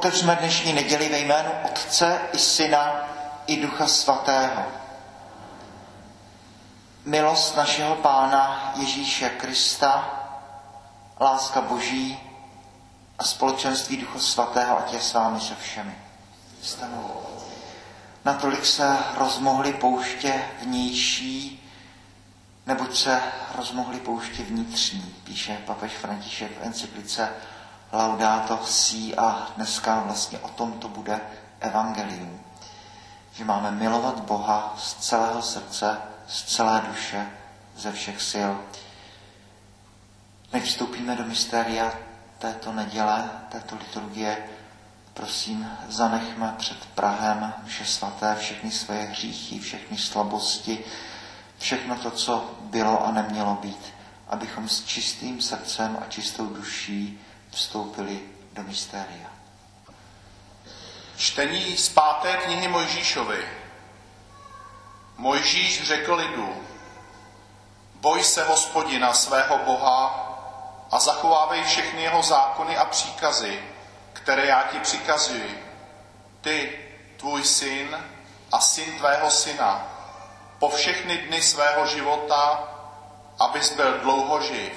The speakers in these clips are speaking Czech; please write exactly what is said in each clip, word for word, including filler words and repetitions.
Otevřme dnešní neděli ve jménu Otce i Syna i Ducha Svatého. Milost našeho Pána Ježíše Krista, láska Boží a společenství Ducha Svatého, ať je s vámi se všemi. Vstanou. Natolik se rozmohly pouště vnější, neboť se rozmohly pouště vnitřní, píše papež František v encyklice Laudato Si, a dneska vlastně o tom to bude evangelium. Že máme milovat Boha z celého srdce, z celé duše, ze všech sil. Než vstoupíme do mystéria této neděle, této liturgie, prosím, zanechme před prahem mše svaté všechny své hříchy, všechny slabosti, všechno to, co bylo a nemělo být, abychom s čistým srdcem a čistou duší vstoupili do mystéria. Čtení z páté knihy Mojžíšovy. Mojžíš řekl lidu: Boj se Hospodina, svého Boha, a zachovávej všechny jeho zákony a příkazy, které já ti přikazuji. Ty, tvůj syn a syn tvého syna, po všechny dny svého života, abys byl dlouho živ.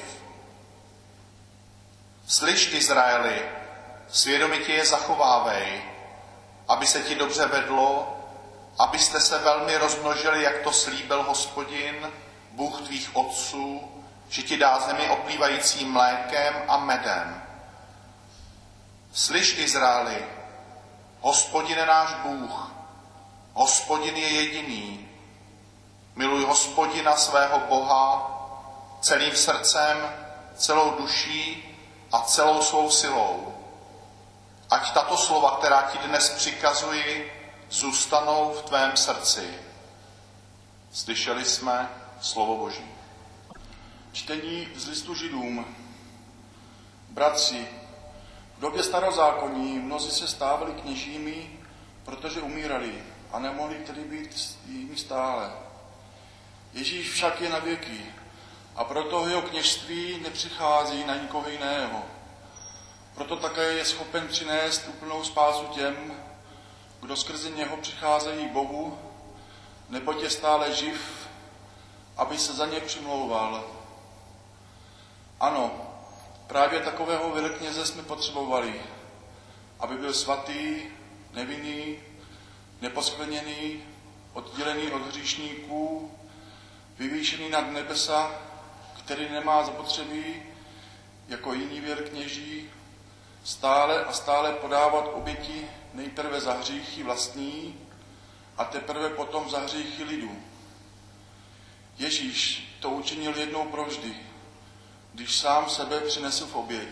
Slyš, Izraeli, svědomitě je zachovávej, aby se ti dobře vedlo, abyste se velmi rozmnožili, jak to slíbil Hospodin, Bůh tvých otců, že ti dá zemi oplývající mlékem a medem. Slyš, Izraeli, Hospodin je náš Bůh, Hospodin je jediný. Miluj Hospodina, svého Boha, celým srdcem, celou duší a celou svou silou. Ať tato slova, která ti dnes přikazuji, zůstanou v tvém srdci. Slyšeli jsme slovo Boží. Čtení z listu Židům. Bratři, v době starozákonní mnozí se stávali kněžími, protože umírali a nemohli tedy být jimi stále. Ježíš však je na věky a proto jeho kněžství nepřichází na nikoho jiného. Proto také je schopen přinést úplnou spásu těm, kdo skrze něho přicházejí k Bohu, neboť je stále živ, aby se za ně přimlouval. Ano, právě takového velekněze jsme potřebovali, aby byl svatý, nevinný, neposkvrněný, oddělený od hříšníků, vyvýšený nad nebesa, který nemá zapotřebí, jako jiní velekněží, stále a stále podávat oběti nejprve za hříchy vlastní a teprve potom za hříchy lidu. Ježíš to učinil jednou provždy, když sám sebe přinesl v oběť.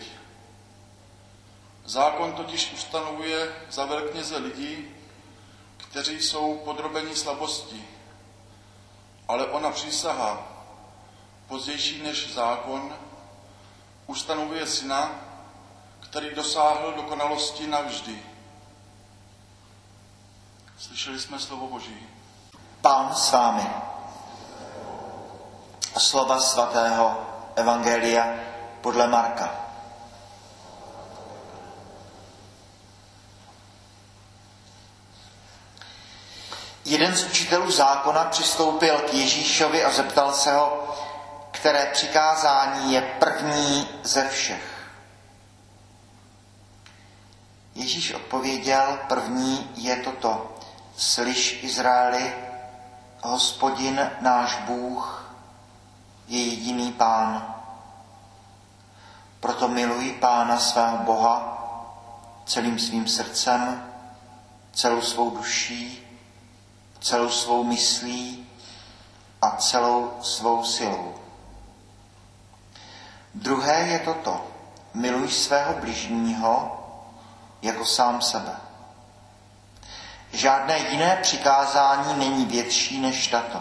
Zákon totiž ustanovuje za velekněze lidi, kteří jsou podrobeni slabosti, ale ona přísaha, pozdější než zákon, ustanovuje syna, který dosáhl dokonalosti navždy. Slyšeli jsme slovo Boží. Pán s vámi. Slova svatého evangelia podle Marka. Jeden z učitelů zákona přistoupil k Ježíšovi a zeptal se ho, které přikázání je první ze všech. Ježíš odpověděl, první je toto: Slyš, Izraeli, Hospodin náš Bůh je jediný Pán. Proto miluj Pána svého Boha celým svým srdcem, celou svou duší, celou svou myslí a celou svou silou. Druhé je toto: miluj svého bližního jako sám sebe. Žádné jiné přikázání není větší než tato.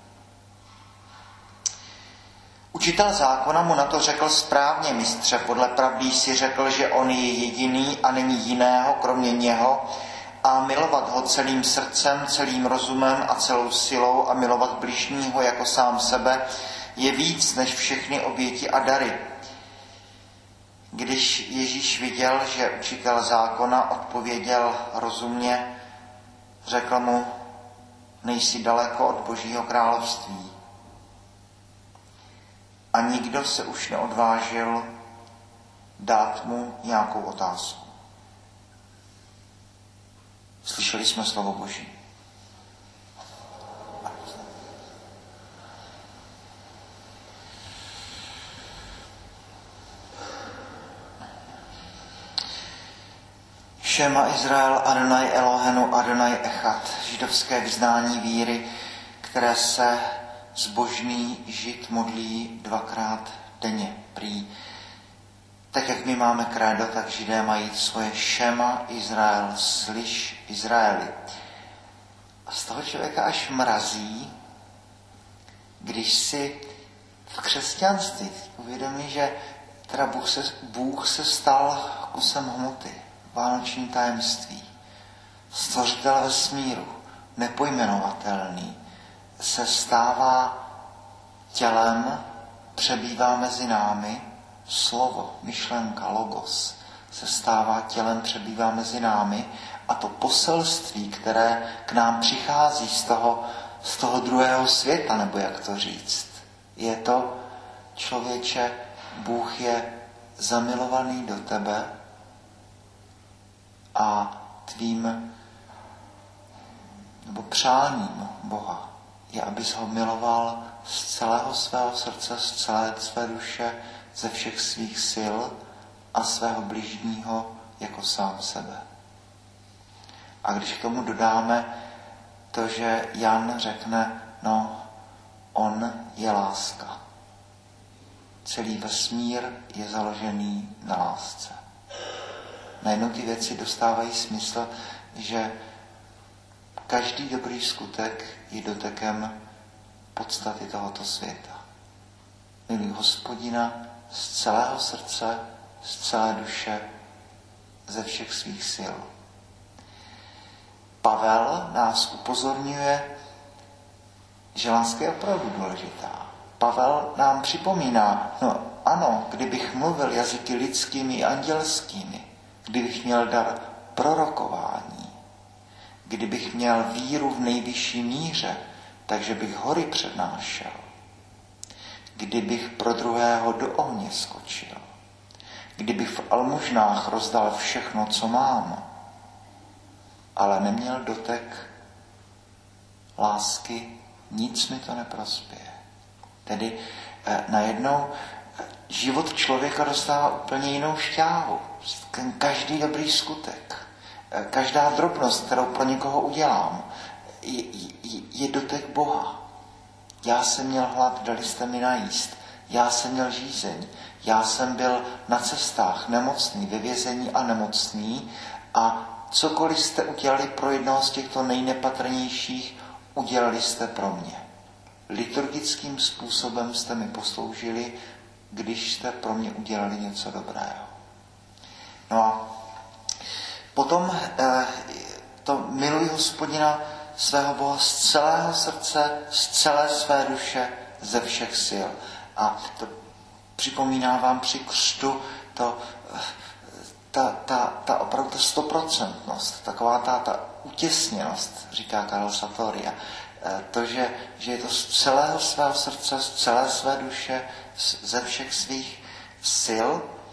Učitel zákona mu na to řekl: správně, mistře, podle pravdy si řekl, že on je jediný a není jiného kromě něho, a milovat ho celým srdcem, celým rozumem a celou silou a milovat bližního jako sám sebe je víc než všechny oběti a dary. Když Ježíš viděl, že učitel zákona odpověděl rozumně, řekl mu, nejsi daleko od Božího království. A nikdo se už neodvážil dát mu nějakou otázku. Slyšeli jsme slovo Boží. Šema Izrael, Adonai Elohenu, Adonai Echad, židovské vyznání víry, které se zbožný žid modlí dvakrát denně. Prý. Tak jak my máme krédo, tak židé mají svoje Šema Izrael, slyš Izraeli. A z toho člověka až mrazí, když si v křesťanství uvědomí, že teda Bůh se, Bůh se stal kusem hmoty, vánoční tajemství, stvořitel vesmíru, nepojmenovatelný, se stává tělem, přebývá mezi námi, slovo, myšlenka, logos, se stává tělem, přebývá mezi námi a to poselství, které k nám přichází z toho, z toho druhého světa, nebo jak to říct, je to, člověče, Bůh je zamilovaný do tebe a tvým nebo přáním Boha je, abys ho miloval z celého svého srdce, z celé své duše, ze všech svých sil a svého bližního jako sám sebe. A když k tomu dodáme to, že Jan řekne, no, on je láska. Celý vesmír je založený na lásce. Najednou ty věci dostávají smysl, že každý dobrý skutek je dotekem podstaty tohoto světa. Miluj Hospodina z celého srdce, z celé duše, ze všech svých sil. Pavel nás upozorňuje, že láska je opravdu důležitá. Pavel nám připomíná, no ano, kdybych mluvil jazyky lidskými i andělskými, kdybych měl dar prorokování, kdybych měl víru v nejvyšší míře, takže bych hory přednášel, kdybych pro druhého do ohně skočil, kdybych v almužnách rozdal všechno, co mám, ale neměl dotek lásky, nic mi to neprospěje. Tedy eh, najednou život člověka dostává úplně jinou šťávu. Každý dobrý skutek, každá drobnost, kterou pro někoho udělám, je, je, je dotek Boha. Já jsem měl hlad, dali jste mi najíst. Já jsem měl žízeň. Já jsem byl na cestách nemocný, ve vězení a nemocný a cokoliv jste udělali pro jednoho z těchto nejnepatrnějších, udělali jste pro mě. Liturgickým způsobem jste mi posloužili, když jste pro mě udělali něco dobrého. No a potom eh, to miluji Hospodina svého Boha z celého srdce, z celé své duše, ze všech sil. A to připomíná vám při křtu to, ta, ta, ta opravdu ta stoprocentnost, taková ta, ta utěsněnost, říká Karel Satoria. To, že, že je to z celého svého srdce, z celé své duše, ze všech svých sil.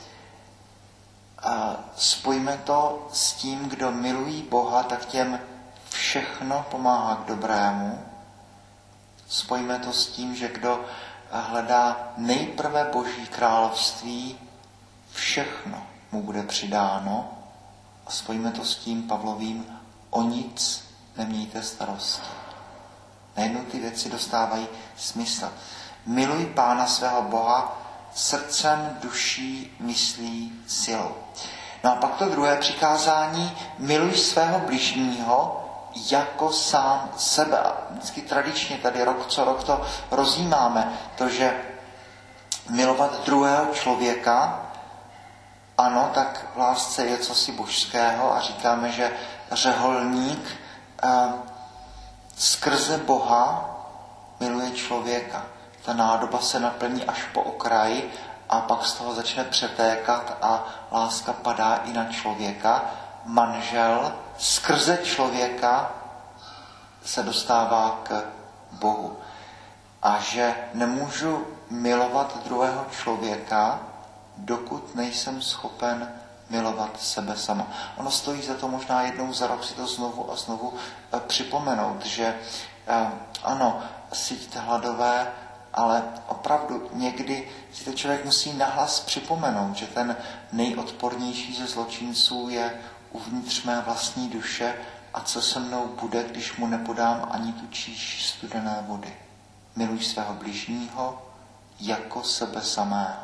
A spojíme to s tím, kdo milují Boha, tak těm všechno pomáhá k dobrému. Spojíme to s tím, že kdo hledá nejprve Boží království, všechno mu bude přidáno. A spojíme to s tím Pavlovým, o nic nemějte starosti. Najednou ty věci dostávají smysl. Miluj Pána svého Boha srdcem, duší, myslí, silou. No a pak to druhé přikázání, miluj svého bližního jako sám sebe. A vždycky tradičně tady rok co rok to rozjímáme, to, že milovat druhého člověka, ano, tak v lásce je cosi božského a říkáme, že řeholník eh, skrze Boha miluje člověka. Ta nádoba se naplní až po okraji a pak z toho začne přetékat a láska padá i na člověka. Manžel skrze člověka se dostává k Bohu. A že nemůžu milovat druhého člověka, dokud nejsem schopen milovat sebe sama. Ono stojí za to možná jednou za rok si to znovu a znovu e, připomenout, že e, ano, síť hladové, ale opravdu někdy si to člověk musí nahlas připomenout, že ten nejodpornější ze zločinců je uvnitř mé vlastní duše a co se mnou bude, když mu nepodám ani tu číši studené vody. Miluj svého bližního jako sebe samého.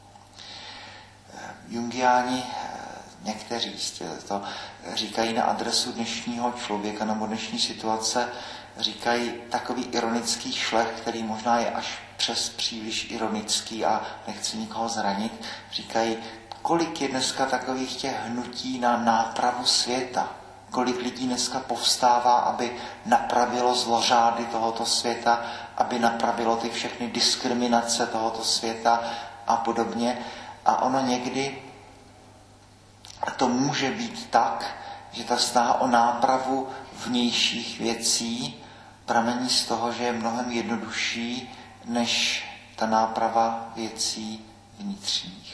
Jungiáni, někteří to říkají na adresu dnešního člověka nebo dnešní situace, říkají takový ironický šlech, který možná je až přes příliš ironický a nechci nikoho zranit. Říkají, kolik je dneska takových těch hnutí na nápravu světa. Kolik lidí dneska povstává, aby napravilo zlořády tohoto světa, aby napravilo ty všechny diskriminace tohoto světa a podobně. A ono někdy to může být tak, že ta snaha o nápravu vnějších věcí pramení z toho, že je mnohem jednodušší než ta náprava věcí vnitřních.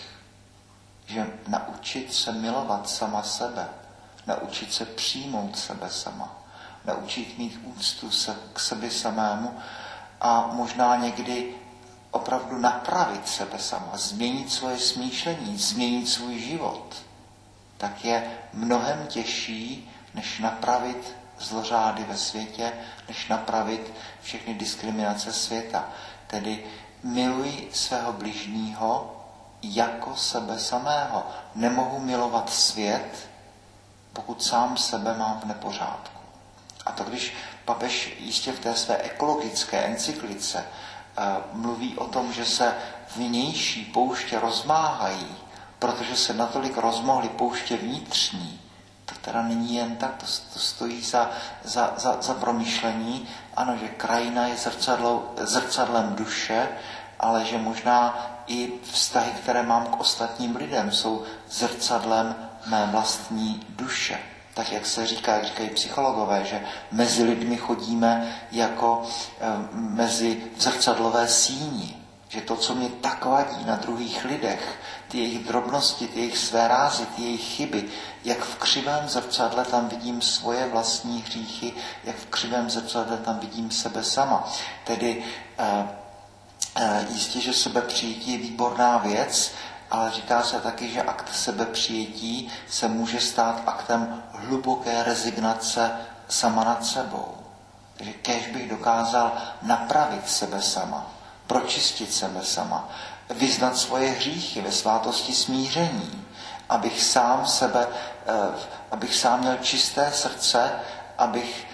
Že naučit se milovat sama sebe, naučit se přijmout sebe sama, naučit mít úctu se k sobě samému a možná někdy opravdu napravit sebe sama, změnit svoje smýšlení, změnit svůj život, tak je mnohem těžší, než napravit zlořády ve světě, než napravit všechny diskriminace světa. Tedy miluj svého bližního jako sebe samého. Nemohu milovat svět, pokud sám sebe mám v nepořádku. A to když papež jistě v té své ekologické encyklice mluví o tom, že se vnější pouště rozmáhají, protože se natolik rozmohly pouště vnitřní, to teda není jen tak, to, to stojí za, za, za, za promyšlení. Ano, že krajina je zrcadlo, zrcadlem duše, ale že možná i vztahy, které mám k ostatním lidem, jsou zrcadlem mé vlastní duše. Tak jak se říká, jak říkají psychologové, že mezi lidmi chodíme jako e, mezi zrcadlové síni. Že to, co mě tak vadí na druhých lidech, ty jejich drobnosti, ty jejich své rázy, ty jejich chyby, jak v křivém zrcadle tam vidím svoje vlastní hříchy, jak v křivém zrcadle tam vidím sebe sama. Tedy e, e, jistě, že sebepřijetí je výborná věc, ale říká se taky, že akt sebepřijetí se může stát aktem hluboké rezignace sama nad sebou. Takže kéž bych dokázal napravit sebe sama, pročistit sebe sama, vyznat svoje hříchy ve svátosti smíření, abych sám sebe, abych sám měl čisté srdce, abych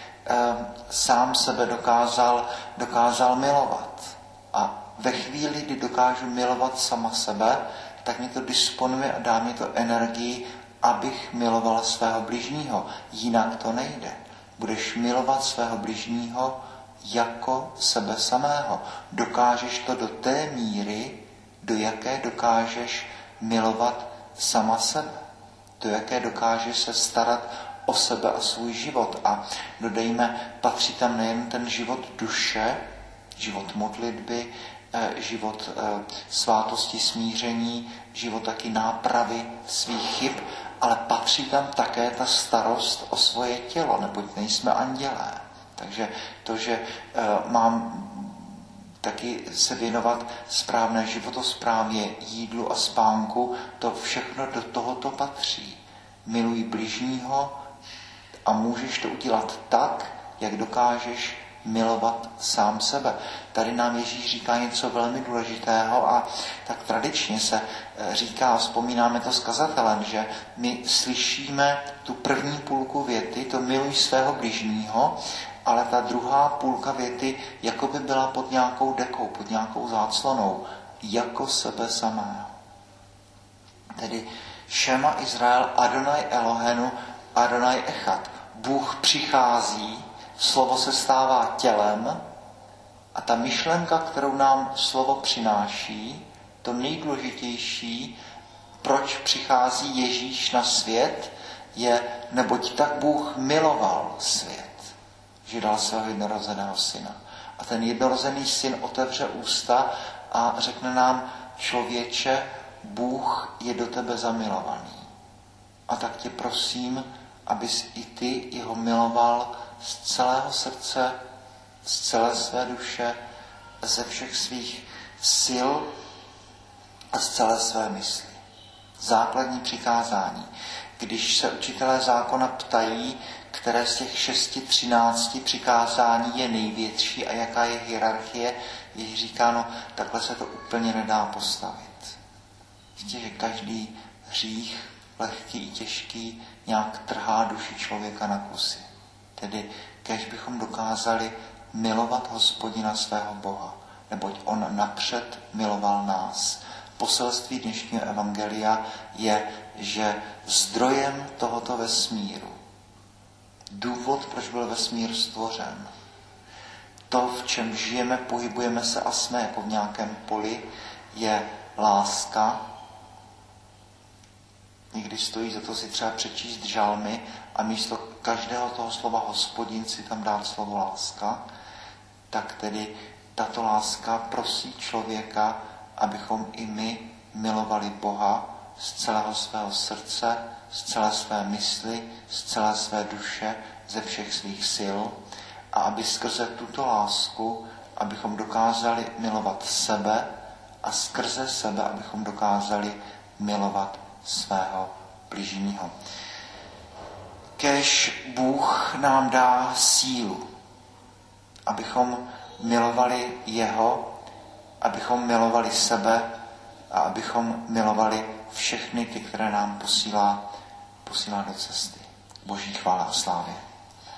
sám sebe dokázal, dokázal milovat. A ve chvíli, kdy dokážu milovat sama sebe, tak mi to disponuje a dá mi to energii, abych miloval svého bližního. Jinak to nejde. Budeš milovat svého bližního jako sebe samého. Dokážeš to do té míry, do jaké dokážeš milovat sama sebe. Do jaké dokážeš se starat o sebe a svůj život. A dodejme, patří tam nejen ten život duše, život modlitby, život svátosti smíření, život taky nápravy svých chyb, ale patří tam také ta starost o svoje tělo, neboť nejsme andělé. Takže to, že mám taky se věnovat správné životosprávě, jídlu a spánku, to všechno do tohoto patří. Miluj bližního a můžeš to udělat tak, jak dokážeš milovat sám sebe. Tady nám Ježíš říká něco velmi důležitého a tak tradičně se říká, vzpomínáme to s kazatelem, že my slyšíme tu první půlku věty, to miluj svého bližního, ale ta druhá půlka věty jako by byla pod nějakou dekou, pod nějakou záclonou, jako sebe samého. Tedy Šema Izrael, Adonai Elohenu, Adonai Echad. Bůh přichází, slovo se stává tělem a ta myšlenka, kterou nám slovo přináší, to nejdůležitější, proč přichází Ježíš na svět, je, neboť tak Bůh miloval svět, že dal svého jednorozeného syna. A ten jednorozený syn otevře ústa a řekne nám, člověče, Bůh je do tebe zamilovaný. A tak tě prosím, abys i ty jeho miloval z celého srdce, z celé své duše, ze všech svých sil a z celé své mysli. Základní přikázání. Když se učitelé zákona ptají, které z těch šesti třinácti přikázání je největší a jaká je hierarchie, Ježíš říká, no takhle se to úplně nedá postavit. Víte, že každý hřích, lehký i těžký, nějak trhá duši člověka na kusy. Tedy kéž bychom dokázali milovat Hospodina svého Boha, neboť on napřed miloval nás. Poselství dnešního evangelia je, že zdrojem tohoto vesmíru, důvod, proč byl vesmír stvořen, to, v čem žijeme, pohybujeme se a jsme jako v nějakém poli, je láska. Někdy stojí za to si třeba přečíst žalmy a místo každého toho slova Hospodin si tam dát slovo láska, tak tedy tato láska prosí člověka, abychom i my milovali Boha z celého svého srdce, z celé své mysli, z celé své duše, ze všech svých sil a aby skrze tuto lásku, abychom dokázali milovat sebe a skrze sebe, abychom dokázali milovat svého bližního. Kéž Bůh nám dá sílu, abychom milovali jeho, abychom milovali sebe a abychom milovali všechny ty, které nám posílá, posílá do cesty. Boží chvála a slávě.